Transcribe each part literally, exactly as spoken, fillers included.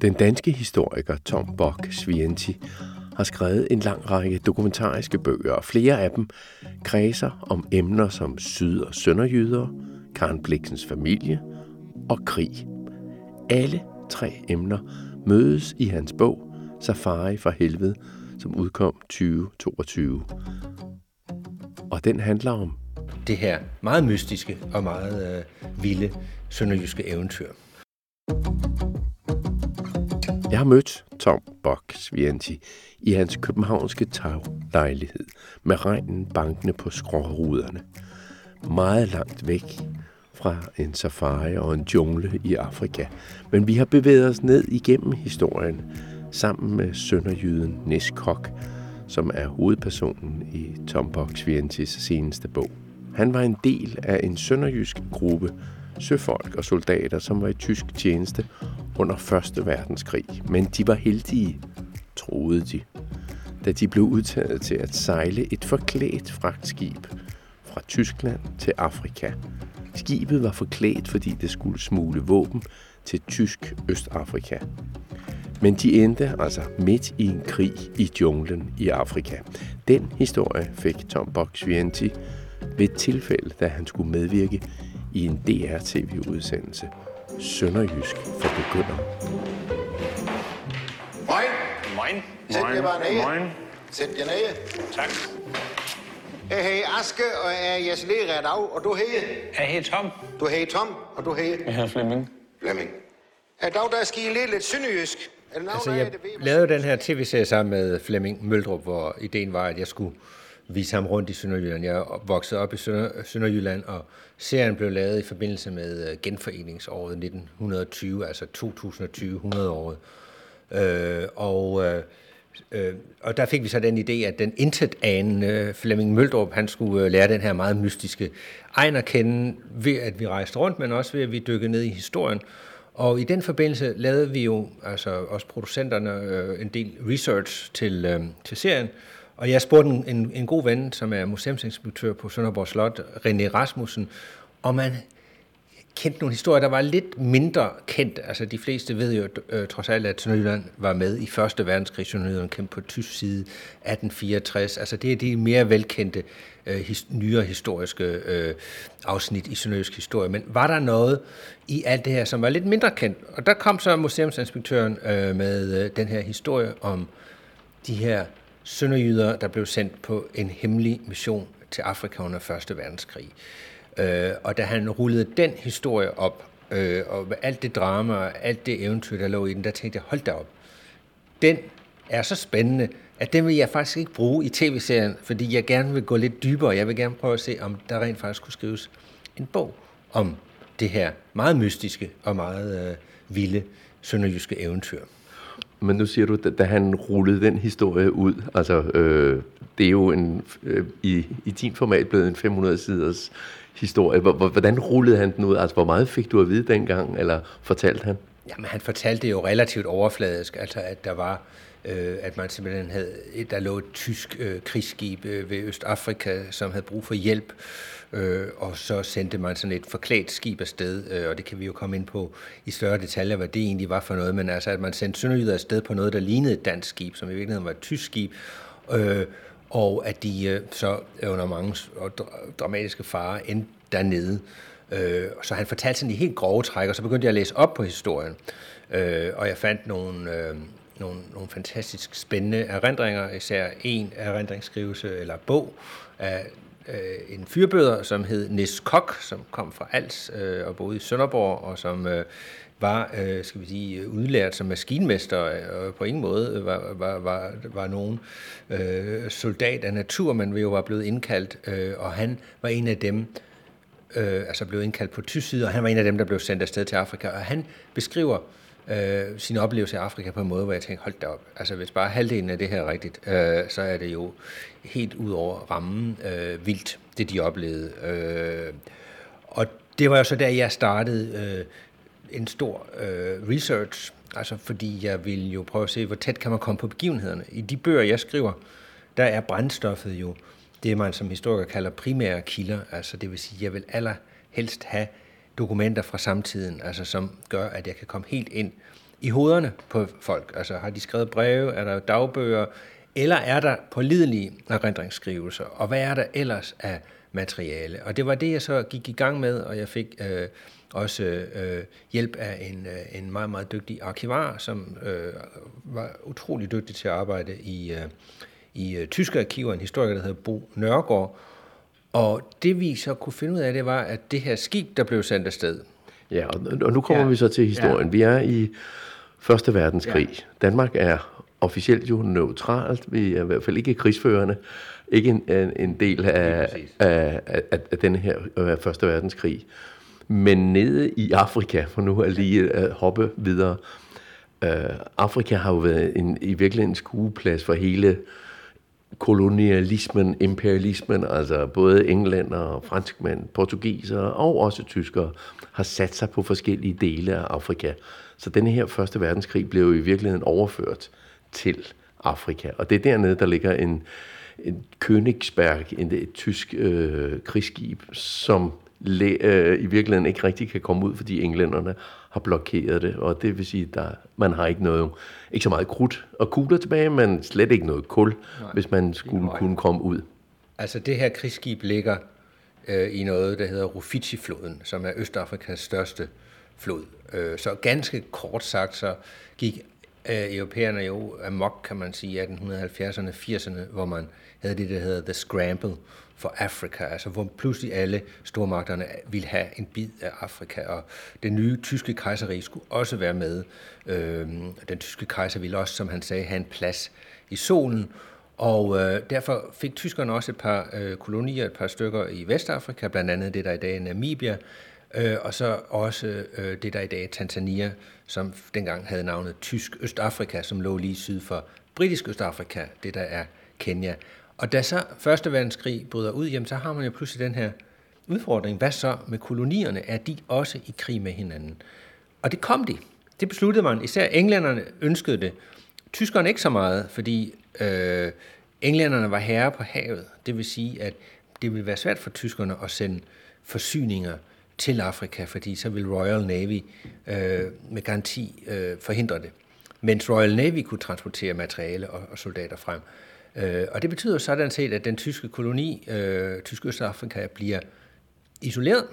Den danske historiker Tom Bok-Swienty har skrevet en lang række dokumentariske bøger, og flere af dem kredser om emner som syd- og sønderjyder, Karen Blixens familie og krig. Alle tre emner mødes i hans bog Safari fra helvede, som udkom tyve toogtyve. Og den handler om det her meget mystiske og meget øh, vilde sønderjyske eventyr. Jeg har mødt Tom Bok-Swienty i hans københavnske taglejlighed med regnen bankende på skråruderne. Meget langt væk fra en safari og en jungle i Afrika. Men vi har bevæget os ned igennem historien sammen med sønderjyden Nis Kok, som er hovedpersonen i Tom Bok-Swientys seneste bog. Han var en del af en sønderjysk gruppe søfolk og soldater, som var i tysk tjeneste under første verdenskrig. Men de var heldige, troede de, da de blev udtaget til at sejle et forklædt fragtskib fra Tyskland til Afrika. Skibet var forklædt, fordi det skulle smugle våben til tysk Østafrika. Men de endte altså midt i en krig i junglen i Afrika. Den historie fik Tom Bok-Swienty ved et tilfælde, da han skulle medvirke i en D R-T V-udsendelse. Sønderjysk for begyndere. Moin. Moin. Sæt jer bare ned. Moin. Sæt jer ned. Tak. Jeg hedder Aske, og jeg er jeres lærer i dag, og du hedder? Jeg hedder Tom. Du hedder Tom, og du hedder? Jeg hedder Flemming. Flemming. I dag der skal I lidt lidt sønderjysk. Er det Altså, jeg lavede den her tv-serie sammen med Flemming Møldrup, hvor ideen var, at jeg skulle vise ham rundt i Sønderjylland. Jeg er vokset op i Sønder, Sønderjylland, og serien blev lavet i forbindelse med genforeningsåret nitten tyve, altså to tusind og tyve, hundrede-året. Øh, og, øh, og der fik vi så den idé, at den intetanende Flemming Møldrup, han skulle lære den her meget mystiske egen at kende ved, at vi rejste rundt, men også ved, at vi dykkede ned i historien. Og i den forbindelse lavede vi jo, altså også producenterne, øh, en del research til, øh, til serien. Og jeg spurgte en, en, en god ven, som er museumsinspektør på Sønderborg Slot, René Rasmussen, om man kendte nogle historier, der var lidt mindre kendt. Altså de fleste ved jo øh, trods alt, at Sønderjylland var med i første verdenskrig. Sønderjylland kæmpede på tysk side atten fireogtres. Altså det er de mere velkendte, øh, his, nyere historiske øh, afsnit i sønderjysk historie. Men var der noget i alt det her, som var lidt mindre kendt? Og der kom så museumsinspektøren øh, med øh, den her historie om de her sønderjyder, der blev sendt på en hemmelig mission til Afrika under første verdenskrig. Øh, og da han rullede den historie op, øh, og med alt det drama og alt det eventyr, der lå i den, der tænkte jeg, hold da op. Den er så spændende, at den vil jeg faktisk ikke bruge i tv-serien, fordi jeg gerne vil gå lidt dybere. Jeg vil gerne prøve at se, om der rent faktisk kunne skrives en bog om det her meget mystiske og meget øh, vilde sønderjyske eventyr. Men nu siger du, da han rullede den historie ud, altså øh, det er jo en, øh, i, i din format blevet en fem hundrede siders historie. Hvordan rullede han den ud? Altså hvor meget fik du at vide dengang, eller fortalte han? Jamen han fortalte det jo relativt overfladisk, altså at der var, øh, at man simpelthen havde, der lå et tysk øh, krigsskib øh, ved Østafrika, som havde brug for hjælp, øh, og så sendte man sådan et forklædt skib afsted, øh, og det kan vi jo komme ind på i større detaljer, hvad det egentlig var for noget, men altså at man sendte sønderjyder afsted på noget, der lignede et dansk skib, som i virkeligheden var et tysk skib, øh, og at de øh, så under mange dramatiske farer endte dernede. Øh, så han fortalte sådan de helt grove træk, og så begyndte jeg at læse op på historien, øh, og jeg fandt nogle, øh, nogle, nogle fantastisk spændende erindringer, især en erindringsskrivelse eller bog af øh, en fyrbøder, som hed Nis Kok, som kom fra Als øh, og boede i Sønderborg, og som øh, var, øh, skal vi sige, udlært som maskinmester, og på ingen måde var, var, var, var nogen øh, soldat af natur, men vi jo var blevet indkaldt, øh, og han var en af dem, øh, altså blev indkaldt på tysk side, og han var en af dem, der blev sendt afsted til Afrika, og han beskriver øh, sin oplevelse af Afrika på en måde, hvor jeg tænkte, hold da op, altså hvis bare halvdelen af det her er rigtigt, øh, så er det jo helt ud over rammen øh, vildt, det de oplevede. Øh, og det var jo så der, jeg startede øh, en stor øh, research, altså fordi jeg ville jo prøve at se, hvor tæt kan man komme på begivenhederne. I de bøger, jeg skriver, der er brændstoffet jo det, man som historiker kalder primære kilder, altså det vil sige, jeg vil allerhelst have dokumenter fra samtiden, altså som gør, at jeg kan komme helt ind i hovederne på folk? Altså har de skrevet breve, er der dagbøger, eller er der pålidelige erindringsskrivelser? Og hvad er der ellers af materiale? Og det var det, jeg så gik i gang med, og jeg fik øh, også øh, hjælp af en, øh, en meget, meget dygtig arkivar, som øh, var utrolig dygtig til at arbejde i, øh, i øh, tyske arkiver, en historiker, der hedder Bo Nørgaard. Og det vi så kunne finde ud af, det var, at det her skib, der blev sendt afsted. Ja, og, og nu kommer ja. vi så til historien. Ja. Vi er i Første Verdenskrig. Ja. Danmark er officielt jo neutralt. Vi er i hvert fald ikke krigsførende. Ikke en, en, en del af, af, af, af denne her øh, Første Verdenskrig. Men nede i Afrika, for nu at lige at hoppe videre. Øh, Afrika har jo været en, i virkeligheden en skueplads for hele kolonialismen, imperialismen, altså både englænder, franskmænd, portugisere og også tyskere har sat sig på forskellige dele af Afrika. Så denne her Første Verdenskrig blev jo i virkeligheden overført til Afrika. Og det er dernede, der ligger en, en Königsberg, en, et tysk øh, krigsskib, som le, øh, i virkeligheden ikke rigtig kan komme ud, fordi englænderne har blokeret det. Og det vil sige, at man har ikke noget, ikke så meget krudt og kugler tilbage, men slet ikke noget kul, Nej, hvis man skulle kunne komme ud. Altså det her krigsskib ligger øh, i noget, der hedder Rufiji-floden, som er Østafrikas største flod. Øh, så ganske kort sagt, så gik øh, europæerne jo amok, kan man sige, i atten halvfjerdserne, firserne, hvor man havde det, der hedder The Scramble for Afrika, altså hvor pludselig alle stormagterne ville have en bid af Afrika, og det nye tyske kejserrige skulle også være med. Øh, den tyske kejser ville også, som han sagde, have en plads i solen, og øh, derfor fik tyskerne også et par øh, kolonier, et par stykker i Vestafrika, blandt andet det, der i dag er Namibia, øh, og så også øh, det, der i dag er Tanzania, som dengang havde navnet Tysk Østafrika, som lå lige syd for Britisk Østafrika, det der er Kenya. Og da så Første Verdenskrig bryder ud, jamen, så har man jo pludselig den her udfordring. Hvad så med kolonierne? Er de også i krig med hinanden? Og det kom de. Det besluttede man. Især englænderne ønskede det. Tyskerne ikke så meget, fordi øh, englænderne var herre på havet. Det vil sige, at det ville være svært for tyskerne at sende forsyninger til Afrika, fordi så ville Royal Navy øh, med garanti øh, forhindre det. Mens Royal Navy kunne transportere materiale og, og soldater frem. Øh, og det betyder sådan set, at den tyske koloni, øh, Tysk Østafrika, bliver isoleret.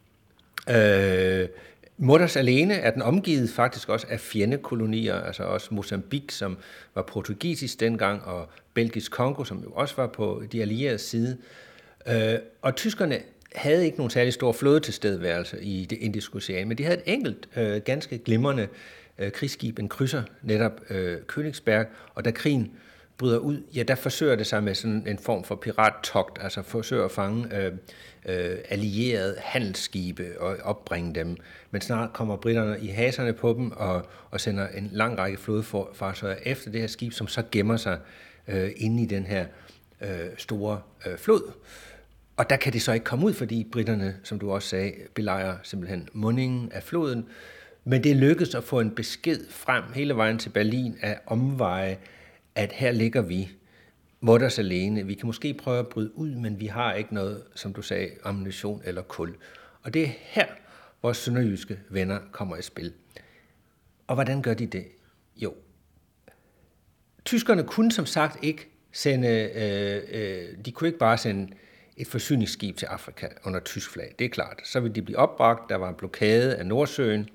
Øh, Mutters alene er den omgivet faktisk også af fjendekolonier, altså også Mozambique, som var portugisisk dengang, og Belgisk Kongo, som jo også var på de allierede side. Øh, og tyskerne havde ikke nogen særlig stor flådetilstedeværelse i det indiske ocean, men de havde et enkelt, øh, ganske glimrende øh, krigsskib, en krydser, netop øh, Königsberg, og da krigen bryder ud, ja, der forsøger det sig med sådan en form for pirattogt, altså forsøger at fange øh, øh, allierede handelsskibe og opbringe dem. Men snart kommer britterne i haserne på dem og, og sender en lang række flådefartøjer efter det her skib, som så gemmer sig øh, inde i den her øh, store øh, flod. Og der kan det så ikke komme ud, fordi britterne, som du også sagde, belejrer simpelthen mundingen af floden. Men det lykkedes at få en besked frem hele vejen til Berlin af omveje, at her ligger vi, Mutters alene. Vi kan måske prøve at bryde ud, men vi har ikke noget, som du sagde, ammunition eller kul. Og det er her, vores sønderjyske venner kommer i spil. Og hvordan gør de det? Jo, tyskerne kunne som sagt ikke sende, øh, øh, de kunne ikke bare sende et forsyningsskib til Afrika under tysk flag. Det er klart. Så ville de blive opbragt. Der var en blokade af Nordsøen.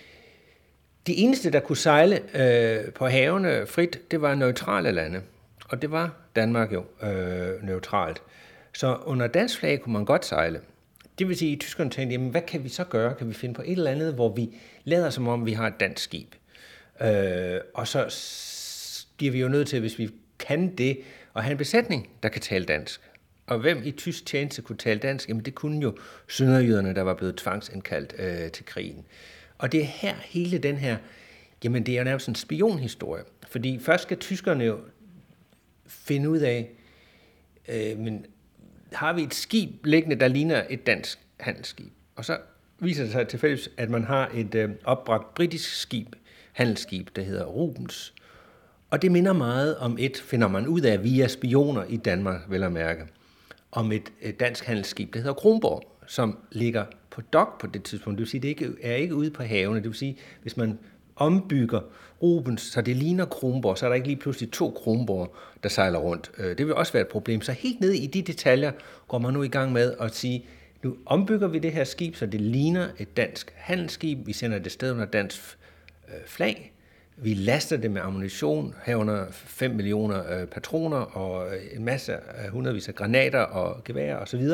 De eneste, der kunne sejle øh, på havene frit, det var neutrale lande. Og det var Danmark jo øh, neutralt. Så under dansk flag kunne man godt sejle. Det vil sige, at tyskerne tænkte, jamen, hvad kan vi så gøre? Kan vi finde på et eller andet, hvor vi lader som om, vi har et dansk skib? Øh, og så bliver vi jo nødt til, hvis vi kan det, at have en besætning, der kan tale dansk. Og hvem i tysk tjeneste kunne tale dansk? Jamen det kunne jo sønderjyderne, der var blevet tvangsindkaldt øh, til krigen. Og det er her hele den her, jamen det er jo nærmest en spionhistorie. Fordi først skal tyskerne jo finde ud af, øh, men har vi et skib liggende, der ligner et dansk handelsskib? Og så viser det sig tilfældigvis, at man har et øh, opbragt britisk skib, handelsskib, der hedder Rubens. Og det minder meget om et, finder man ud af via spioner i Danmark, vel at mærke, om et, et dansk handelsskib, der hedder Kronborg, som ligger på dok på det tidspunkt. Det vil sige, det ikke, er ikke ude på havene. Det vil sige, hvis man ombygger Rubens, så det ligner Kronborg, så er der ikke lige pludselig to Kronborg, der sejler rundt. Det vil også være et problem. Så helt ned i de detaljer går man nu i gang med at sige, nu ombygger vi det her skib, så det ligner et dansk handelsskib. Vi sender det sted under dansk flag. Vi laster det med ammunition, herunder fem millioner øh, patroner og en masse af hundredvis af granater og geværer osv.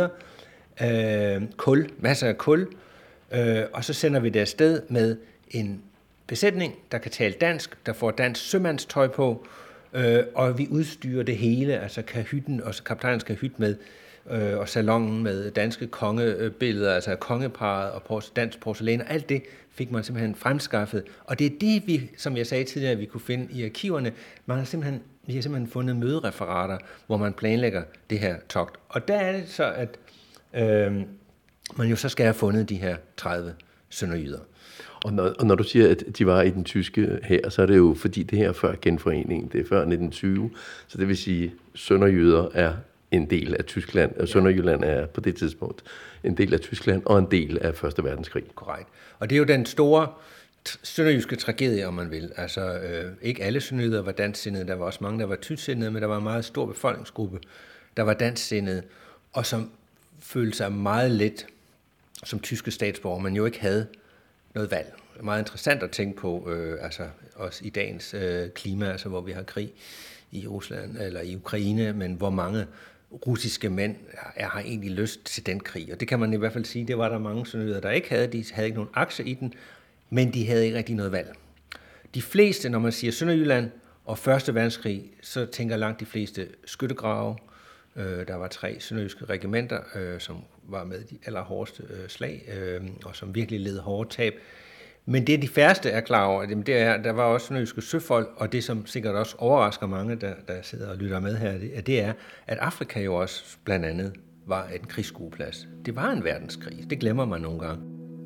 Øh, kul, masser af kul. Øh, og så sender vi det afsted med en besætning, der kan tale dansk, der får dansk sømandstøj på, øh, og vi udstyrer det hele, altså kahytten og kaptajnens kahyt med, øh, og salongen med danske kongebilleder, altså kongeparret og dansk porcelæn, og alt det fik man simpelthen fremskaffet. Og det er det, vi, som jeg sagde tidligere, vi kunne finde i arkiverne. Man har simpelthen, vi har simpelthen fundet mødereferater, hvor man planlægger det her togt. Og der er det så, at øh, man jo så skal have fundet de her tredive sønderjyder. Og når, og når du siger, at de var i den tyske hær, så er det jo fordi det her før genforeningen, det er før nitten tyve, så det vil sige, at sønderjyder er en del af Tyskland, og Sønderjylland er på det tidspunkt en del af Tyskland og en del af Første Verdenskrig. Korrekt. Og det er jo den store sønderjyske tragedie, om man vil. Altså, øh, ikke alle sønderjyder var dansksindede, der var også mange, der var tysksindede, men der var en meget stor befolkningsgruppe, der var dansksindede, og som følte sig meget let som tyske statsborger, men jo ikke havde noget valg. Det er meget interessant at tænke på, øh, altså også i dagens øh, klima, altså hvor vi har krig i Rusland eller i Ukraine, men hvor mange russiske mænd er, har egentlig lyst til den krig. Og det kan man i hvert fald sige, det var der mange sønderjyder, der ikke havde. De havde ikke nogen aktie i den, men de havde ikke rigtig noget valg. De fleste, når man siger Sønderjylland og Første Verdenskrig, så tænker langt de fleste skyttegrave. Øh, der var tre sønderjyske regimenter, øh, som var med de allerhårdeste øh, slag, øh, og som virkelig led hårdt tab. Men det, de færreste er klar over, det er, der var også sønderjyske søfolk, og det, som sikkert også overrasker mange, der, der sidder og lytter med her, det, det er, at Afrika jo også blandt andet var en krigsskueplads. Det var en verdenskrig. Det glemmer man nogle gange.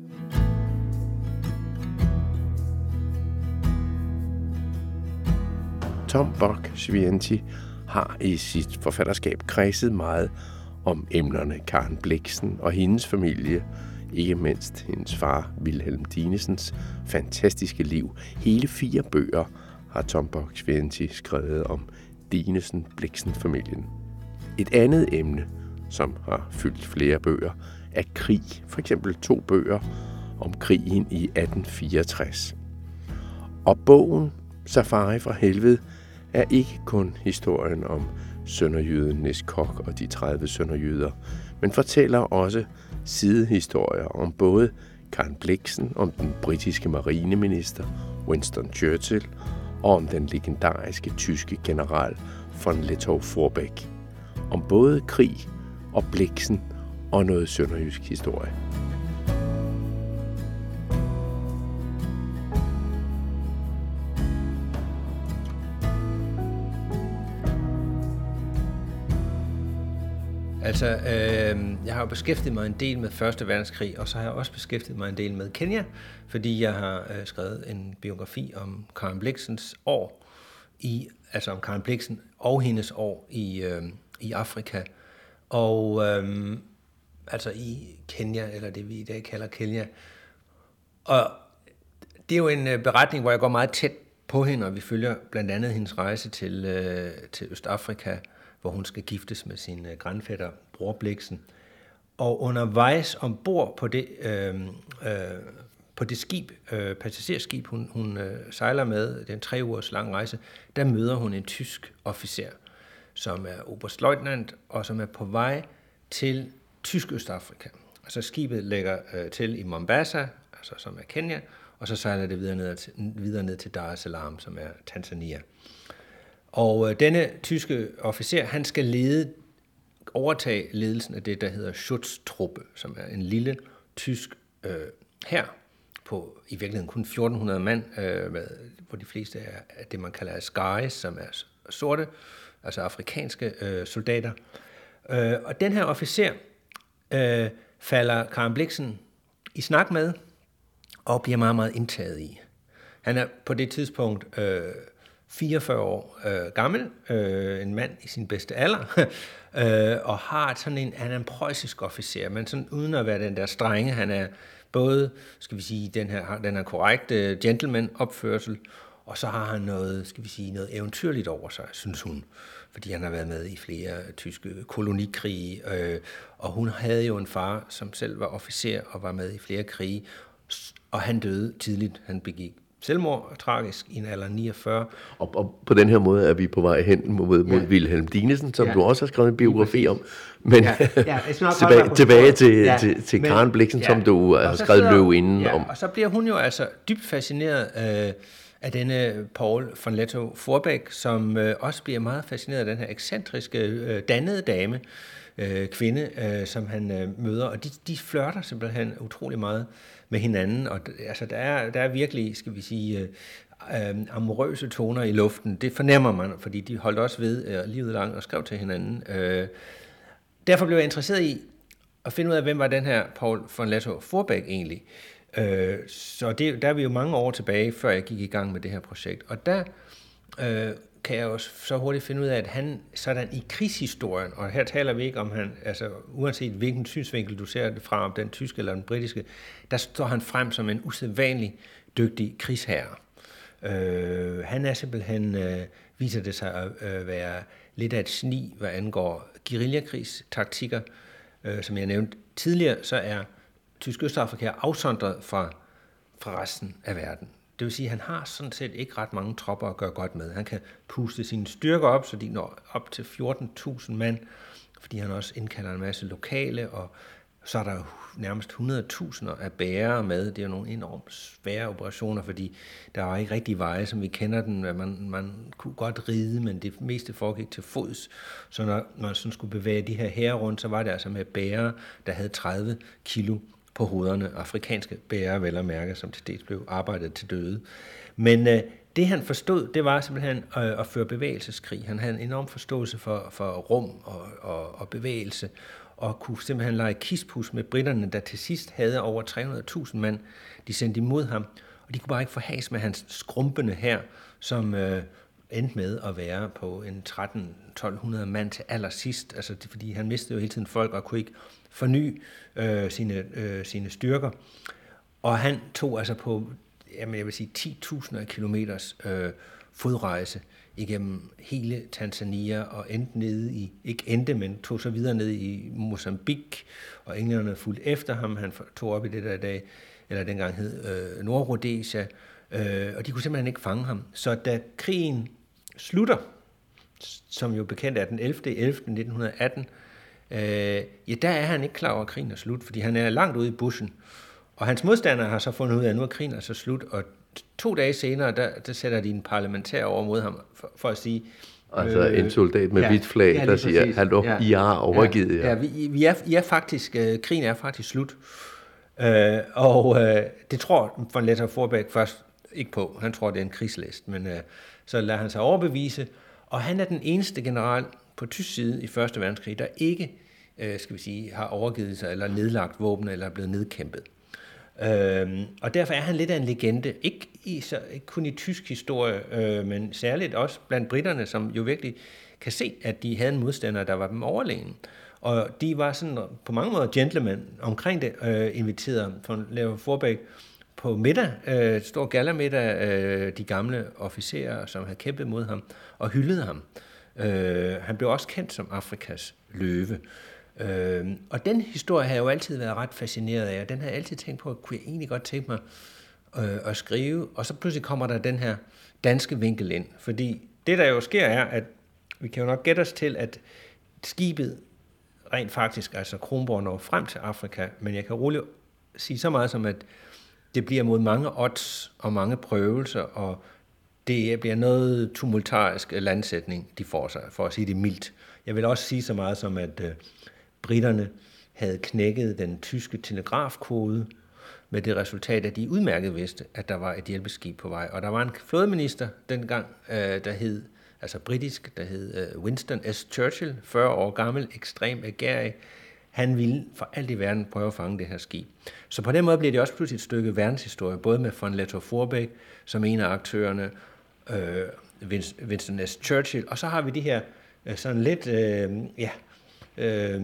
Tom Bok-Swienty har i sit forfatterskab kredset meget om emnerne Karen Blixen og hendes familie, ikke mindst hendes far, Wilhelm Dinesens fantastiske liv. Hele fire bøger har Tom Bok-Swienty skrevet om Dinesen-Blixen-familien. Et andet emne, som har fyldt flere bøger, er krig. For eksempel to bøger om krigen i atten fireogtres. Og bogen Safari fra helvede er ikke kun historien om sønderjyden Nis Kok og de tredive sønderjyder, men fortæller også sidehistorier om både Karen Blixen, om den britiske marineminister Winston Churchill og om den legendariske tyske general von Lettow-Vorbeck. Om både krig og Blixen og noget sønderjysk historie. Altså, øh, jeg har jo beskæftiget mig en del med Første Verdenskrig, og så har jeg også beskæftiget mig en del med Kenya, fordi jeg har øh, skrevet en biografi om Karen Blixens år, i, altså om Karen Blixen og hendes år i, øh, i Afrika. Og øh, altså i Kenya, eller det vi i dag kalder Kenya. Og det er jo en øh, beretning, hvor jeg går meget tæt på hende, og vi følger blandt andet hendes rejse til, øh, til Østafrika, hvor hun skal giftes med sin øh, grandfætter, Bror Blixen. Og undervejs ombord på det, øh, øh, på det skib, øh, passagerskib, hun, hun øh, sejler med, den tre ugers lang rejse, der møder hun en tysk officer, som er oberstløjtnant, og som er på vej til tysk Østafrika. Altså skibet lægger øh, til i Mombasa, altså som er Kenya, og så sejler det videre ned til, videre ned til Dar es Salaam, som er Tanzania. Og øh, denne tyske officer, han skal lede, overtage ledelsen af det, der hedder Schutztruppe, som er en lille tysk øh, hær på i virkeligheden kun fjorten hundrede mand, øh, med, hvor de fleste er, er det, man kalder askaris, som er sorte, altså afrikanske øh, soldater. Øh, og den her officer øh, falder Karen Blixen i snak med, og bliver meget, meget indtaget i. Han er på det tidspunkt øh, fireogfyrre år øh, gammel, øh, en mand i sin bedste alder, øh, og har sådan en, han er en preussisk officer, men sådan uden at være den der strenge, han er både, skal vi sige, den her, den her korrekte gentleman-opførsel, og så har han noget, skal vi sige, noget eventyrligt over sig, synes hun, fordi han har været med i flere tyske kolonikrige, øh, og hun havde jo en far, som selv var officer og var med i flere krige, og han døde tidligt, han begik selvmord, tragisk, i en alder niogfyrre. Og, og på den her måde er vi på vej hen mod, mod ja. Wilhelm Dinesen, som ja. du også har skrevet en biografi om. Men ja. Ja, tilbage, tilbage til, ja. til, til men, Karen Blixen, ja. som du har skrevet Løvinden ja. om. Og så bliver hun jo altså dybt fascineret øh, af denne Paul von Lettow-Vorbeck, som øh, også bliver meget fascineret af den her ekscentriske, øh, dannede dame, øh, kvinde, øh, som han øh, møder. Og de, de flirter simpelthen utrolig meget med hinanden, og altså, der, er, der er virkelig, skal vi sige, øh, øh, amorøse toner i luften. Det fornemmer man, fordi de holdt også ved øh, livet langt og skrev til hinanden. Øh, derfor blev jeg interesseret i at finde ud af, hvem var den her Paul von Lettow-Vorbeck egentlig. Øh, så det, der er vi jo mange år tilbage, før jeg gik i gang med det her projekt. Og der øh, kan jeg jo så hurtigt finde ud af, at han sådan i krigshistorien, og her taler vi ikke om han, altså uanset hvilken synsvinkel du ser det fra, om den tyske eller den britiske, der står han frem som en usædvanlig dygtig krigsherre. Øh, han er simpelthen, øh, viser det sig at øh, være lidt af et sni, hvad angår guerillakrigstaktikker. Øh, som jeg nævnte tidligere, så er Tysk Østafrika afsondret fra, fra resten af verden. Det vil sige, at han har sådan set ikke ret mange tropper at gøre godt med. Han kan puste sine styrker op, så de når op til fjorten tusind mand, fordi han også indkalder en masse lokale, og så er der jo nærmest hundrede tusinder af bærere med. Det er jo nogle enormt svære operationer, fordi der var ikke rigtig veje, som vi kender den. Man, man kunne godt ride, men det meste foregik til fods. Så når man sådan skulle bevæge de her hære rundt, så var det altså med bærere, der havde tredive kilo på hovederne, afrikanske bærere vel at mærke, som til dels blev arbejdet til døde. Men øh, det han forstod, det var simpelthen øh, at føre bevægelseskrig. Han havde en enorm forståelse for, for rum og, og, og bevægelse, og kunne simpelthen lege kispus med britterne, der til sidst havde over tre hundrede tusind mand, de sendte imod ham, og de kunne bare ikke få has med hans skrumpende hær, som øh, endte med at være på en tretten til tolv hundrede mand til allersidst, altså det, fordi han mistede jo hele tiden folk og kunne ikke forny øh, sine, øh, sine styrker. Og han tog altså på, jamen jeg vil sige, ti tusinder af kilometers øh, fodrejse igennem hele Tanzania og endte nede i, ikke endte, men tog så videre ned i Mozambique, og englænderne fulgte efter ham. Han tog op i det der i dag, eller dengang hed øh, Nordrhodesia, øh, og de kunne simpelthen ikke fange ham. Så da krigen slutter, som jo bekendt er den ellevte ellevte nitten atten, øh, ja, der er han ikke klar over, at krigen er slut, fordi han er langt ude i bushen. Og hans modstandere har så fundet ud af, at nu er krigen altså slut, og to dage senere, der, der sætter de en parlamentær over mod ham, for, for at sige... Altså øh, en soldat med ja, hvidt flag, ja, der siger, hallo, ja, I har overgivet jer. Ja, ja, vi, vi, er, I er faktisk, øh, krigen er faktisk slut. Øh, og øh, det tror von Lettow-Vorbeck først ikke på. Han tror, det er en krigslæst, men øh, så lader han sig overbevise. Og han er den eneste general på tysk side i første verdenskrig, der ikke, øh, skal vi sige, har overgivet sig, eller nedlagt våben, eller er blevet nedkæmpet. Øhm, og derfor er han lidt af en legende, ikke, i, så, ikke kun i tysk historie, øh, men særligt også blandt britterne, som jo virkelig kan se, at de havde en modstander, der var dem overlegen. Og de var sådan på mange måder gentlemen omkring det, øh, inviterede von Lettow-Vorbeck på middag, øh, stor gallamiddag, øh, de gamle officerer, som havde kæmpet mod ham, og hyldede ham. Øh, han blev også kendt som Afrikas løve. Øh, og den historie har jeg jo altid været ret fascineret af, og den har jeg altid tænkt på, at kunne jeg egentlig godt tænke mig øh, at skrive, og så pludselig kommer der den her danske vinkel ind, fordi det der jo sker er, at vi kan jo nok gætte os til, at skibet rent faktisk, altså Kronborg, når frem til Afrika, men jeg kan roligt sige så meget som, at det bliver mod mange odds og mange prøvelser, og det bliver noget tumultarisk landsætning, de får sig, for at sige det mildt. Jeg vil også sige så meget som, at øh, britterne havde knækket den tyske telegrafkode med det resultat, at de udmærket vidste, at der var et hjælpeskib på vej. Og der var en flådeminister dengang, øh, der hed, altså britisk, der hed øh, Winston S. Churchill, fyrre år gammel, ekstrem agerig. Han ville for alt i verden prøve at fange det her skib. Så på den måde bliver det også pludselig et stykke verdenshistorie, både med von Lettow-Vorbeck som en af aktørerne, øh, Winston S. Churchill, og så har vi de her øh, sådan lidt, øh, ja, øh,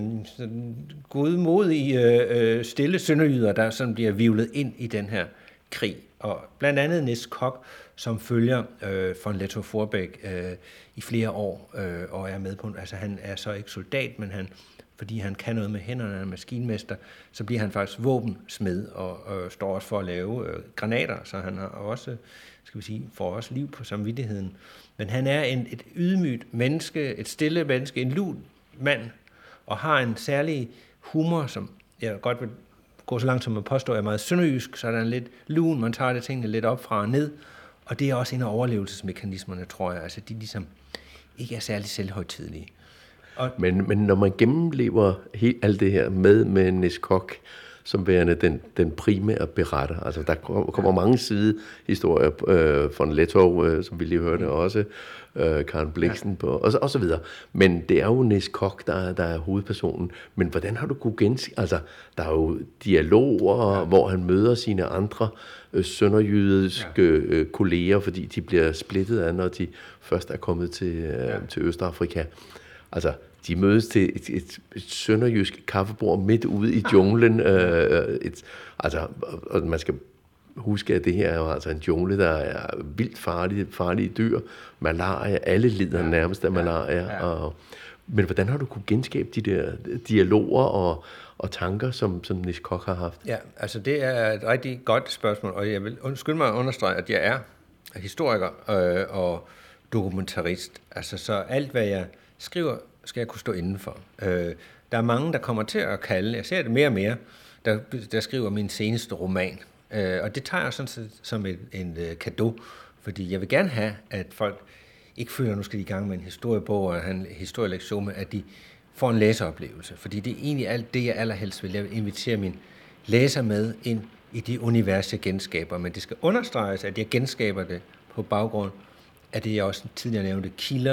godmodige, øh, stille sønderjyder, der sådan bliver hvirvlet ind i den her krig. Og blandt andet Nis Koch, som følger øh, von Lettow-Vorbeck øh, i flere år, øh, og er med på, altså han er så ikke soldat, men han, fordi han kan noget med hænderne, han er maskinmester, så bliver han faktisk våbensmed, og, og står også for at lave øh, granater, så han har også, skal vi sige, får også liv på samvittigheden. Men han er en, et ydmygt menneske, et stille menneske, en lun mand, og har en særlig humor, som jeg godt vil gå så langt som at påstå, er meget sønderjysk, så er der en lidt lun, man tager det tingene lidt op fra og ned, og det er også en af overlevelsesmekanismerne, tror jeg, altså de ligesom ikke er særlig selvhøjtidelige. Og men, men når man gennemlever helt alt det her med, med Nis Koch, som værende den, den primære beretter. Altså, der kommer mange sidehistorier øh, von Lettow, øh, som vi lige hørte mm. også, øh, Karen Blixen på, og, og så videre. Men det er jo Nis Koch, der, der er hovedpersonen. Men hvordan har du kunnet gense? Altså, der er jo dialoger, ja. hvor han møder sine andre øh, sønderjydiske øh, kolleger, fordi de bliver splittet af, når de først er kommet til, øh, ja. til Østafrika. Altså, de mødes til et, et, et sønderjysk kaffebord midt ude i junglen. Øh, et, altså, og man skal huske, at det her er jo altså en jungle, der er vildt farlige, farlige dyr. Malaria, alle lider ja. nærmest af malaria. Ja. Ja. Og, men hvordan har du kunne genskabe de der dialoger og, og tanker, som, som Nis Koch har haft? Ja, altså det er et rigtig godt spørgsmål, og jeg vil skynde mig at understrege, at jeg er historiker øh, og dokumentarist. Altså så alt, hvad jeg skriver, skal jeg kunne stå indenfor. Øh, der er mange, der kommer til at kalde, jeg ser det mere og mere, der, der skriver min seneste roman. Øh, og det tager jeg sådan set som en, en uh, cadeau, fordi jeg vil gerne have, at folk ikke føler, at nu skal de i gang med en historiebog og en historielektion, men at de får en læseoplevelse. Fordi det er egentlig alt det, jeg allerhelst vil. Jeg vil invitere min læser med ind i de univers, jeg genskaber. Men det skal understreges, at jeg genskaber det på baggrund af det, jeg også tidligere nævnte, kilder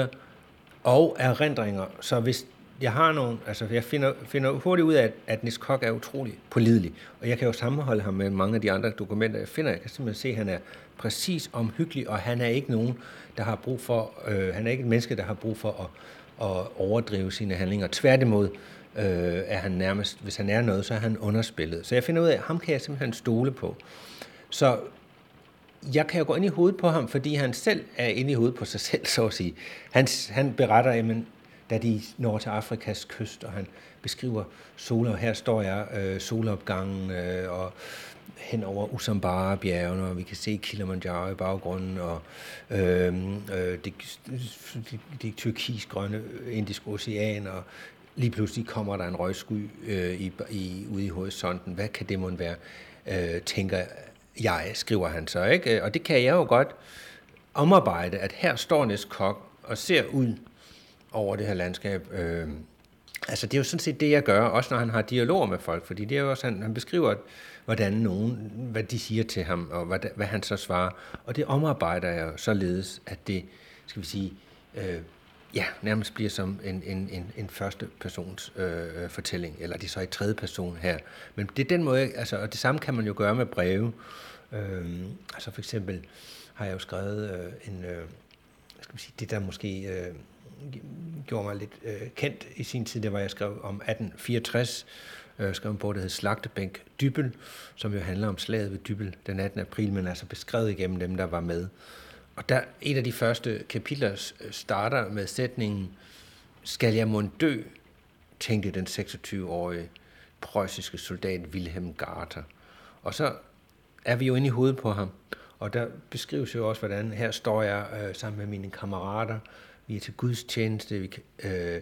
og erindringer. Så hvis jeg har nogle, altså jeg finder, finder hurtigt ud af, at, at Nis Koch er utrolig pålidelig, og jeg kan jo sammenholde ham med mange af de andre dokumenter, jeg finder. Jeg kan simpelthen se, at han er præcis omhyggelig, og han er ikke nogen, der har brug for, øh, han er ikke et menneske, der har brug for at, at overdrive sine handlinger. Tværtimod øh, er han nærmest, hvis han er noget, så er han underspillet. Så jeg finder ud af, at ham kan jeg simpelthen stole på. Så jeg kan jo gå ind i hovedet på ham, fordi han selv er inde i hovedet på sig selv, så at sige. Han, han beretter, jamen, da de når til Afrikas kyst, og han beskriver soler, her står jeg, øh, solopgangen, øh, og hen over Usambara-bjergene, og vi kan se Kilimanjaro i baggrunden, og øh, øh, det, det, det tyrkisgrønne indiske ocean, og lige pludselig kommer der en røgsky øh, i, i, ude i horisonten. Hvad kan det måtte være, øh, tænker jeg, skriver han så, ikke? Og det kan jeg jo godt omarbejde, at her står Nis Koch og ser ud over det her landskab. Øh, altså det er jo sådan set det, jeg gør, også når han har dialoger med folk, fordi det er jo også, han, han beskriver, hvordan nogen, hvad de siger til ham, og hvad, hvad han så svarer, og det omarbejder jeg således, at det, skal vi sige, øh, ja, nærmest bliver som en, en, en, en første persons øh, fortælling, eller det er så i tredje person her. Men det er den måde, altså, og det samme kan man jo gøre med breve. Øh, altså for eksempel har jeg jo skrevet øh, en, øh, skal vi sige, det der måske øh, gjorde mig lidt øh, kendt i sin tid, det var, jeg skrev om atten fireogtres, øh, skrev en bog, der hed Slagtebænk Dybbøl, som jo handler om slaget ved Dybbøl den attende april, men altså beskrevet igennem dem, der var med. Og der, et af de første kapitler starter med sætningen, skal jeg mon dø, tænkte den seksogtyve-årige preussiske soldat Wilhelm Garter. Og så er vi jo inde i hovedet på ham, og der beskrives jo også, hvordan her står jeg øh, sammen med mine kammerater, vi er til Guds tjeneste, vi, øh,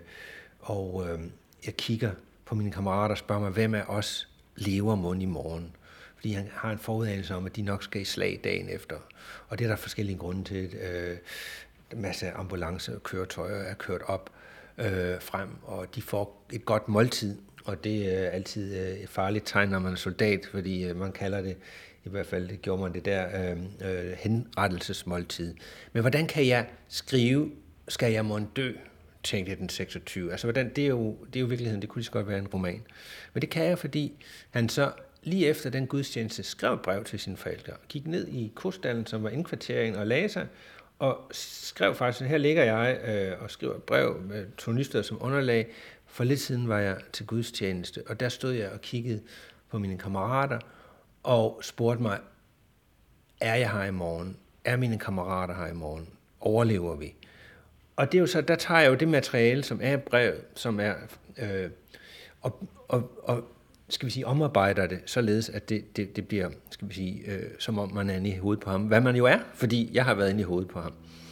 og øh, jeg kigger på mine kammerater og spørger mig, hvem af os lever mon i morgen? Fordi han har en forudanelse om, at de nok skal i slag dagen efter. Og det er der forskellige grunde til. Øh, en masse ambulancekøretøjer er kørt op øh, frem, og de får et godt måltid. Og det er altid øh, et farligt tegn, når man er soldat, fordi øh, man kalder det, i hvert fald det gjorde man det der, øh, øh, henrettelsesmåltid. Men hvordan kan jeg skrive, skal jeg mon dø, tænkte den seksogtyve. Altså, hvordan, det, er jo, det er jo virkeligheden, det kunne lige så godt være en roman. Men det kan jeg, fordi han så lige efter den gudstjeneste skrev et brev til sine forældre, gik ned i koststallen, som var indkvartering, og lagde sig, og skrev faktisk, her ligger jeg øh, og skriver et brev med Tony Nystedt som underlag. For lidt siden var jeg til gudstjeneste, og der stod jeg og kiggede på mine kammerater og spurgte mig, er jeg her i morgen? Er mine kammerater her i morgen? Overlever vi? Og det er jo så, der tager jeg jo det materiale, som er brevet, som er, øh, og, og, og skal vi sige, omarbejder det, således at det, det, det bliver, skal vi sige, øh, som om man er inde i hovedet på ham. Hvad man jo er, fordi jeg har været inde i hovedet på ham.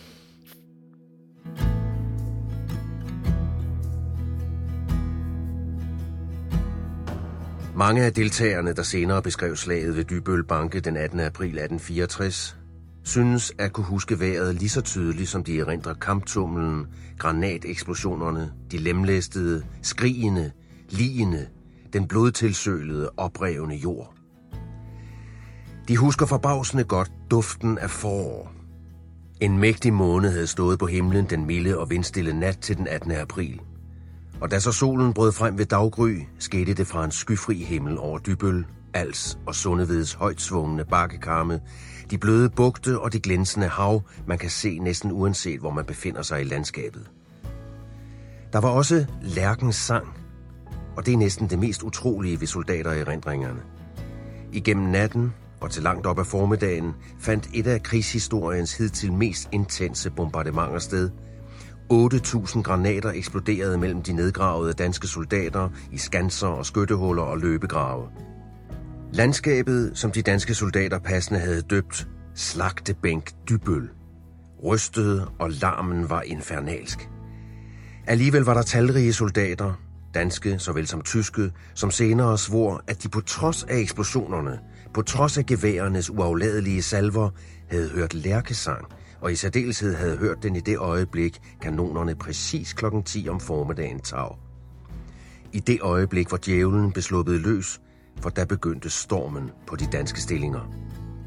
Mange af deltagerne, der senere beskrev slaget ved Dybbøl Banke den attende april atten fireogtres, synes at kunne huske vejret lige så tydeligt, som de erindrer kamptumlen, granateksplosionerne, de lemlæstede, skrigende, ligende, den blodtilsølede, oprevne jord. De husker forbavsende godt duften af forår. En mægtig måne havde stået på himlen den milde og vindstille nat til den attende april. Og da så solen brød frem ved daggry, skete det fra en skyfri himmel over Dybbøl, Als og Sundeveds højt svungne bakkekarme, de bløde bugte og det glænsende hav, man kan se næsten uanset, hvor man befinder sig i landskabet. Der var også lærkens sang, og det er næsten det mest utrolige ved soldater i erindringerne. Igennem natten og til langt op ad formiddagen fandt et af krigshistoriens hidtil mest intense bombardementer sted. otte tusind granater eksploderede mellem de nedgravede danske soldater i skanser og skyttehuller og løbegrave. Landskabet, som de danske soldater passende havde døbt Slagtebænk Dybbøl, rystede, og larmen var infernalsk. Alligevel var der talrige soldater, danske såvel som tyske, som senere svor, at de på trods af eksplosionerne, på trods af geværernes uafladelige salver, havde hørt lærkesang, og i særdeleshed havde hørt den i det øjeblik, kanonerne præcis klokken ti om formiddagen tag. I det øjeblik, hvor djævlen blev sluppet løs, for der begyndte stormen på de danske stillinger.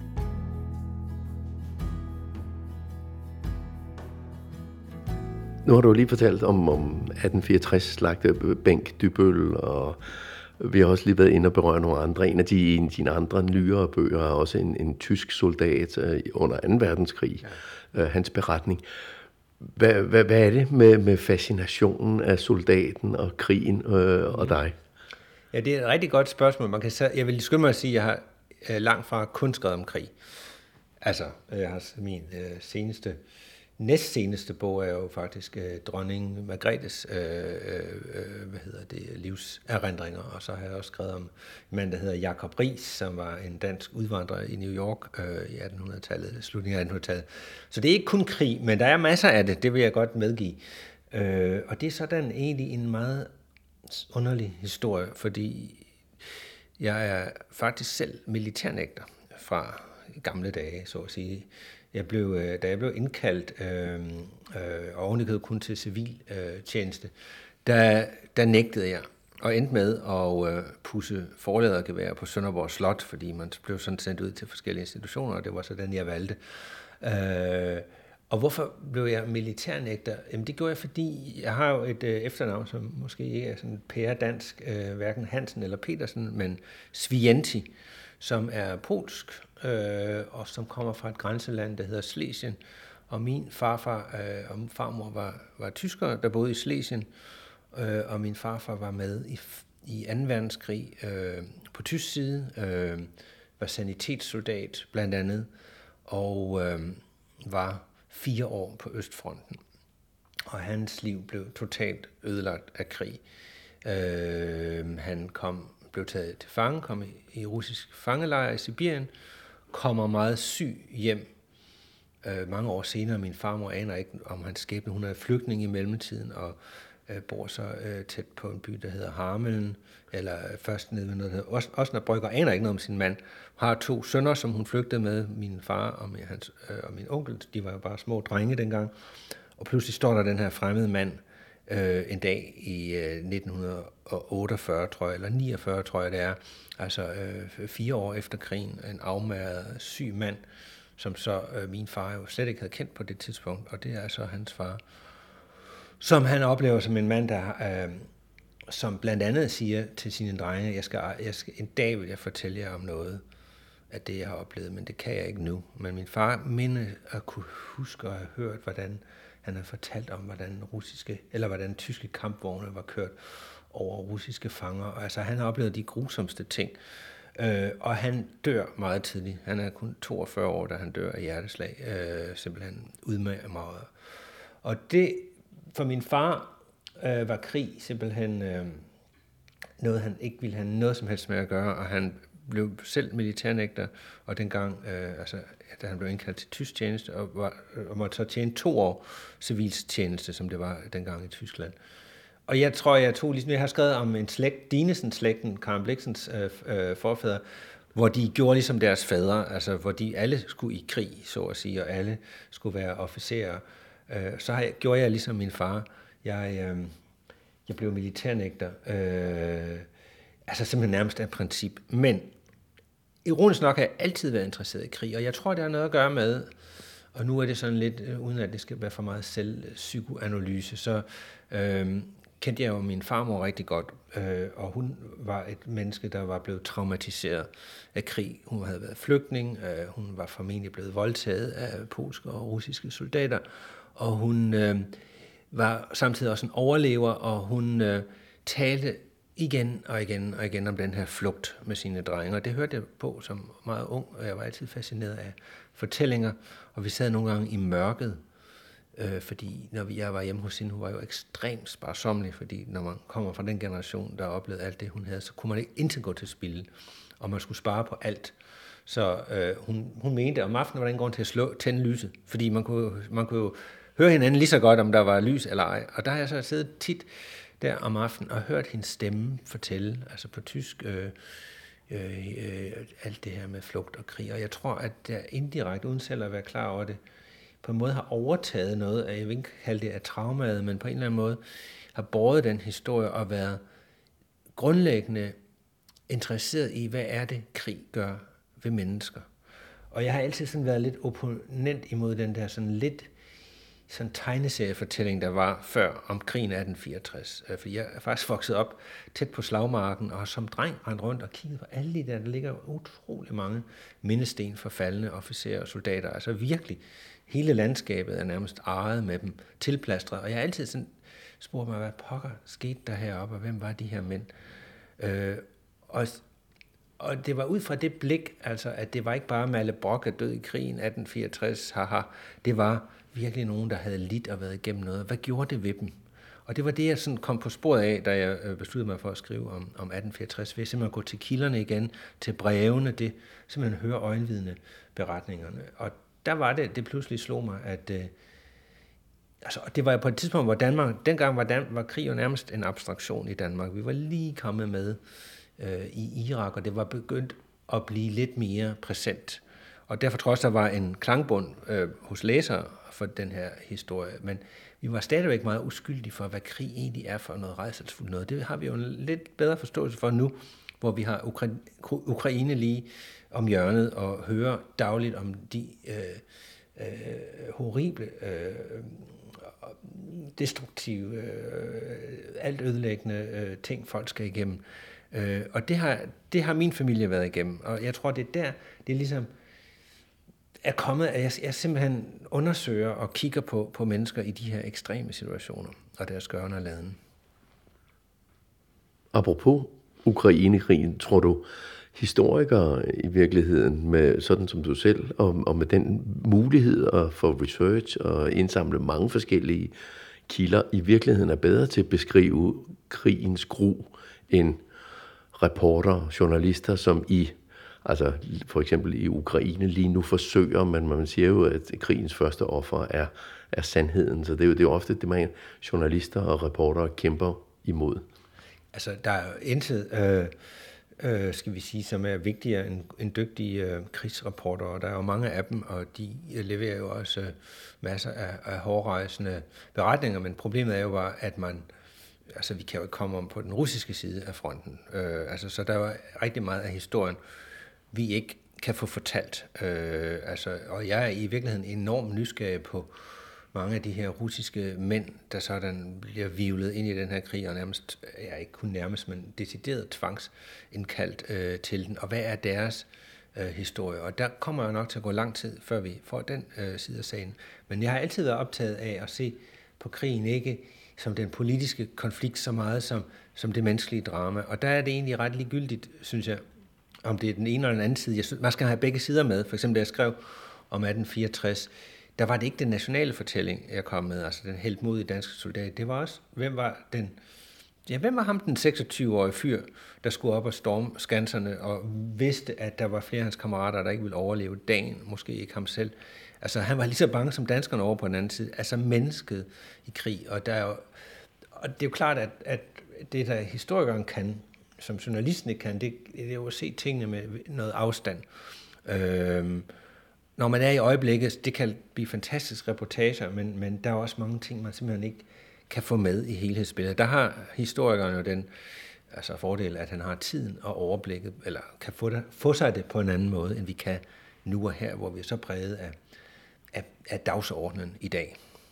Nu har du lige fortalt om, om atten fireogtres Slagtebænk Dybbøl, og vi har også lige været inde og berøre nogle andre. En af de, en af dine andre nyere bøger er også en, en tysk soldat uh, under anden verdenskrig, ja. uh, hans beretning. Hvad, hvad, hvad er det med, med fascinationen af soldaten og krigen uh, og dig? Ja, det er et rigtig godt spørgsmål. Man kan, jeg vil skynde mig at sige, at jeg har uh, langt fra kun skrevet om krig. Altså, jeg har min uh, seneste... Næstseneste bog er jo faktisk øh, dronning Margrethes øh, øh, hvad hedder det, livserindringer, og så har jeg også skrevet om en mand, der hedder Jacob Riis, som var en dansk udvandrer i New York øh, i attenhundredetallet, slutningen af attenhundredetallet. Så det er ikke kun krig, men der er masser af det, det vil jeg godt medgive. Øh, og det er sådan egentlig en meget underlig historie, fordi jeg er faktisk selv militærnægter fra gamle dage, så at sige. Jeg blev, da jeg blev indkaldt, øh, øh, og ovenikøbet kun til civil øh, tjeneste, der, der nægtede jeg og endte med at øh, pusse forlædergevær på Sønderborg Slot, fordi man blev sådan sendt ud til forskellige institutioner, og det var sådan, jeg valgte. Øh, og hvorfor blev jeg militærnægter? Jamen det gjorde jeg, fordi jeg har jo et øh, efternavn, som måske ikke er sådan pæredansk, øh, hverken Hansen eller Petersen, men Svienti, som er polsk, øh, og som kommer fra et grænseland, der hedder Schlesien. Og min farfar øh, og farmor var, var tyskere, der boede i Schlesien, øh, og min farfar var med i, i anden verdenskrig øh, på tysk side, øh, var sanitetssoldat blandt andet, og øh, var fire år på Østfronten. Og hans liv blev totalt ødelagt af krig. Øh, han kom blev taget til fange, kom i, i russisk fangelejr i Sibirien, kommer meget syg hjem. Øh, mange år senere, min farmor aner ikke, om hans skæbne. Hun er flygtning i mellemtiden, og øh, bor så øh, tæt på en by, der hedder Harmelen, eller øh, først nede ved noget, der hedder Osnabrück, aner ikke noget om sin mand. Hun har to sønner, som hun flygtede med, min far og min, hans, øh, og min onkel. De var jo bare små drenge dengang. Og pludselig står der den her fremmede mand, Øh, en dag i øh, nitten otteogfyrre, tror jeg, eller niogfyrre, tror jeg det er, altså øh, fire år efter krigen, en afmagret syg mand, som så øh, min far jo slet ikke havde kendt på det tidspunkt, og det er så hans far, som han oplever som en mand, der øh, som blandt andet siger til sine drenge, jeg skal, jeg skal, en dag vil jeg fortælle jer om noget, af det, jeg har oplevet, men det kan jeg ikke nu. Men min far minde at kunne huske og have hørt, hvordan han har fortalt om, hvordan russiske, eller hvordan tyske kampvogne var kørt over russiske fanger. Altså, han har oplevet de grusomste ting. Øh, og han dør meget tidligt. Han er kun toogfyrre år, da han dør af hjerteslag. Øh, simpelthen udmærket. Og det, for min far, øh, var krig simpelthen øh, noget, han ikke ville have noget som helst med at gøre, og han blev selv militærnægter, og dengang, øh, altså, da han blev indkaldt til tysk tjeneste, og, var, og måtte så tjene to år civiltjeneste, som det var dengang i Tyskland. Og jeg tror, jeg tog, ligesom jeg har skrevet om en slægt, Dinesen-slægten, Karen Bliksens øh, øh, forfædre, hvor de gjorde ligesom deres fædre, altså hvor de alle skulle i krig, så at sige, og alle skulle være officerer. Øh, så har jeg, gjorde jeg ligesom min far. Jeg, øh, jeg blev militærnægter, øh, altså simpelthen nærmest af princip. Men ironisk nok har jeg altid været interesseret i krig, og jeg tror, det har noget at gøre med, og nu er det sådan lidt, uden at det skal være for meget selvpsykoanalyse, så øh, kendte jeg jo min farmor rigtig godt, øh, og hun var et menneske, der var blevet traumatiseret af krig. Hun havde været flygtning, øh, hun var formentlig blevet voldtaget af polske og russiske soldater, og hun øh, var samtidig også en overlever, og hun øh, talte igen og igen og igen om den her flugt med sine drenge, og det hørte jeg på som meget ung, og jeg var altid fascineret af fortællinger, og vi sad nogle gange i mørket, øh, fordi når jeg var hjemme hos hende, hun var jo ekstremt sparsommelig, fordi når man kommer fra den generation, der oplevede alt det, hun havde, så kunne man ikke intet gå til spilde, og man skulle spare på alt. Så øh, hun, hun mente, om aftenen var der ingen grund til at slå, tænde lyset, fordi man kunne, man kunne jo høre hinanden lige så godt, om der var lys eller ej, og der har jeg så siddet tit der om aftenen og hørt hendes stemme fortælle, altså på tysk, øh, øh, øh, alt det her med flugt og krig. Og jeg tror, at der indirekte, uden selv at være klar over det, på en måde har overtaget noget af, jeg vil ikke kalde det af traumaet, men på en eller anden måde har båret den historie og været grundlæggende interesseret i, hvad er det, krig gør ved mennesker. Og jeg har altid sådan været lidt opponent imod den der sådan lidt sådan en tegneseriefortælling, der var før om krigen atten fireogtres. For jeg er faktisk vokset op tæt på slagmarken, og som dreng rendt rundt og kigget på alle de der, der ligger utrolig mange mindesten for faldne officerer og soldater. Altså virkelig, hele landskabet er nærmest ejet med dem, tilplastret. Og jeg har altid sådan spurgt mig, hvad pokker skete der heroppe, og hvem var de her mænd? Øh, og, og det var ud fra det blik, altså at det var ikke bare Malle Brock, der død i krigen atten fireogtres, haha, det var virkelig nogen, der havde lidt og været igennem noget. Hvad gjorde det ved dem? Og det var det, jeg sådan kom på sporet af, da jeg besluttede mig for at skrive om, om atten fireogtres, ved simpelthen at gå til kilderne igen, til brevene, det simpelthen høre øjenvidne beretningerne. Og der var det, det pludselig slog mig, at øh, altså, det var på et tidspunkt, hvor Danmark, dengang var, Dan, var krig jo nærmest en abstraktion i Danmark. Vi var lige kommet med øh, i Irak, og det var begyndt at blive lidt mere præsent. Og derfor tror jeg også, der var en klangbund øh, hos læsere for den her historie. Men vi var stadigvæk meget uskyldige for, hvad krig egentlig er for noget rædselsfuldt noget. Det har vi jo en lidt bedre forståelse for nu, hvor vi har Ukra- Ukraine lige om hjørnet og hører dagligt om de øh, øh, horrible, øh, destruktive, øh, alt ødelæggende øh, ting, folk skal igennem. Øh, og det har, det har min familie været igennem. Og jeg tror, det er der, det er ligesom er kommet, at jeg, jeg simpelthen undersøger og kigger på, på mennesker i de her ekstreme situationer og deres gøren og laden. Apropos Ukraine-krigen, tror du, historikere i virkeligheden, med sådan som du selv, og, og med den mulighed for research og indsamle mange forskellige kilder, i virkeligheden er bedre til at beskrive krigens gru end reporter, journalister, som i Altså for eksempel i Ukraine lige nu forsøger man, man siger jo, at krigens første offer er, er sandheden. Så det er jo, det er jo ofte det, man journalister og reportere kæmper imod. Altså der er jo intet, øh, øh, skal vi sige, som er vigtigere end, end dygtige øh, krigsreportere. Der er jo mange af dem, og de leverer jo også øh, masser af, af hårdrejsende beretninger. Men problemet er jo bare, at man, altså vi kan jo ikke komme om på den russiske side af fronten. Øh, altså så der er jo rigtig meget af historien, vi ikke kan få fortalt. Øh, altså, og jeg er i virkeligheden enormt nysgerrig på mange af de her russiske mænd, der sådan bliver vivlet ind i den her krig, og nærmest, ja ikke kun nærmest, men decideret tvangsindkaldt øh, til den. Og hvad er deres øh, historie. Og der kommer jo nok til at gå lang tid, før vi får den øh, side af sagen. Men jeg har altid været optaget af at se på krigen ikke som den politiske konflikt så meget som, som det menneskelige drama. Og der er det egentlig ret ligegyldigt, synes jeg, om det er den ene eller den anden side. Jeg synes, man skal have begge sider med. For eksempel da jeg skrev om atten fireogtres, der var det ikke den nationale fortælling, jeg kom med, altså den heltmodige danske soldat. Det var også, hvem var den, ja, hvem var ham den seksogtyve-årige fyr, der skulle op og storme skanserne og vidste, at der var flere af hans kammerater, der ikke ville overleve dagen, måske ikke ham selv. Altså han var lige så bange som danskerne over på den anden side, altså mennesket i krig. Og, der er jo, og det er jo klart, at, at det der historikeren kan, som journalisten ikke kan, det, det er jo at se tingene med noget afstand. Øhm, Når man er i øjeblikket, det kan blive fantastiske reportager, men, men der er også mange ting, man simpelthen ikke kan få med i helhedsbilledet. Der har historikeren jo den altså fordel, at han har tiden og overblikket, eller kan få, det, få sig det på en anden måde, end vi kan nu og her, hvor vi er så præget af, af, af dagsordenen i dag.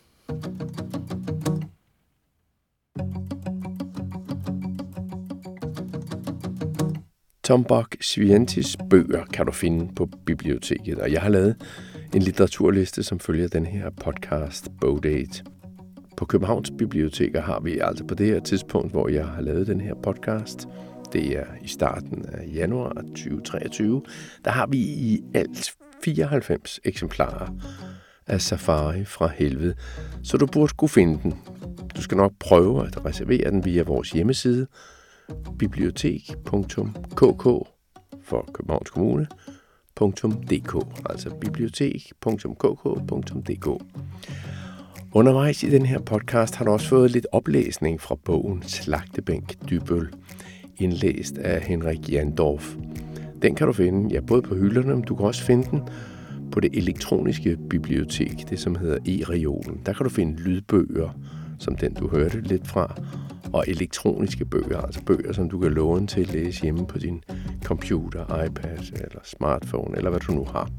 Tom Bok-Swientys bøger kan du finde på biblioteket, og jeg har lavet en litteraturliste, som følger den her podcast, Bogdate. På Københavns Biblioteker har vi altså på det her tidspunkt, hvor jeg har lavet den her podcast, det er i starten af januar tyve treogtyve, der har vi i alt fireoghalvfems eksemplarer af Safari fra helvede, så du burde kunne finde den. Du skal nok prøve at reservere den via vores hjemmeside, bibliotek punktum k k for Københavns Kommune, .dk, altså bibliotek punktum k k punktum d k. Undervejs i den her podcast har du også fået lidt oplæsning fra bogen Slagtebænk Dybbøl, indlæst af Henrik Jandorf. Den kan du finde, ja, både på hylderne, men du kan også finde den på det elektroniske bibliotek, det som hedder e-reolen. Der kan du finde lydbøger, som den du hørte lidt fra, og elektroniske bøger, altså bøger, som du kan låne til at læse hjemme på din computer, iPad eller smartphone, eller hvad du nu har.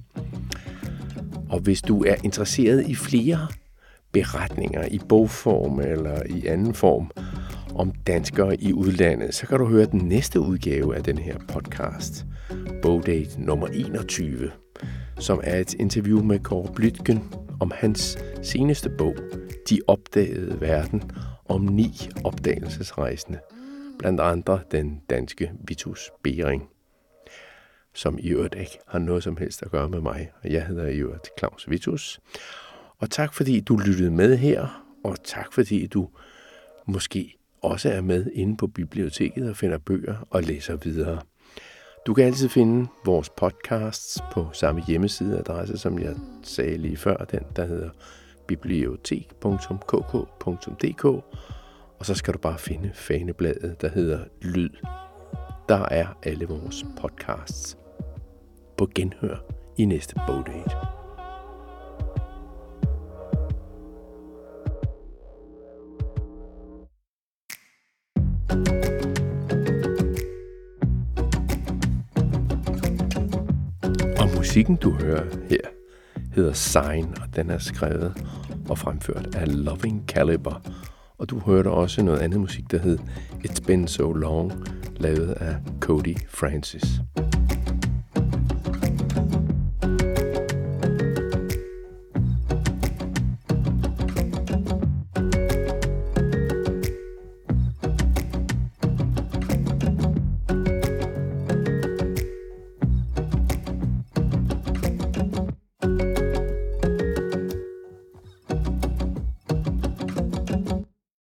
Og hvis du er interesseret i flere beretninger i bogform eller i anden form om danskere i udlandet, så kan du høre den næste udgave af den her podcast, Bogdate nummer enogtyve, som er et interview med Kåre Blytgen om hans seneste bog, De opdagede verden, om ni opdagelsesrejsende, blandt andre den danske Vitus Bering, som i øvrigt ikke har noget som helst at gøre med mig, og jeg hedder i øvrigt Claus Vitus. Og tak fordi du lyttede med her, og tak fordi du måske også er med inde på biblioteket og finder bøger og læser videre. Du kan altid finde vores podcasts på samme hjemmesideadresse, som jeg sagde lige før, den der hedder bibliotek punktum k k punktum d k, og så skal du bare finde fanebladet, der hedder Lyd. Der er alle vores podcasts. På genhør i næste Bogdate. Og musikken, du hører her, hedder Sign, og den er skrevet og fremført af Loving Caliber. Og du hørte også noget andet musik, der hed It's Been So Long, lavet af Cody Francis.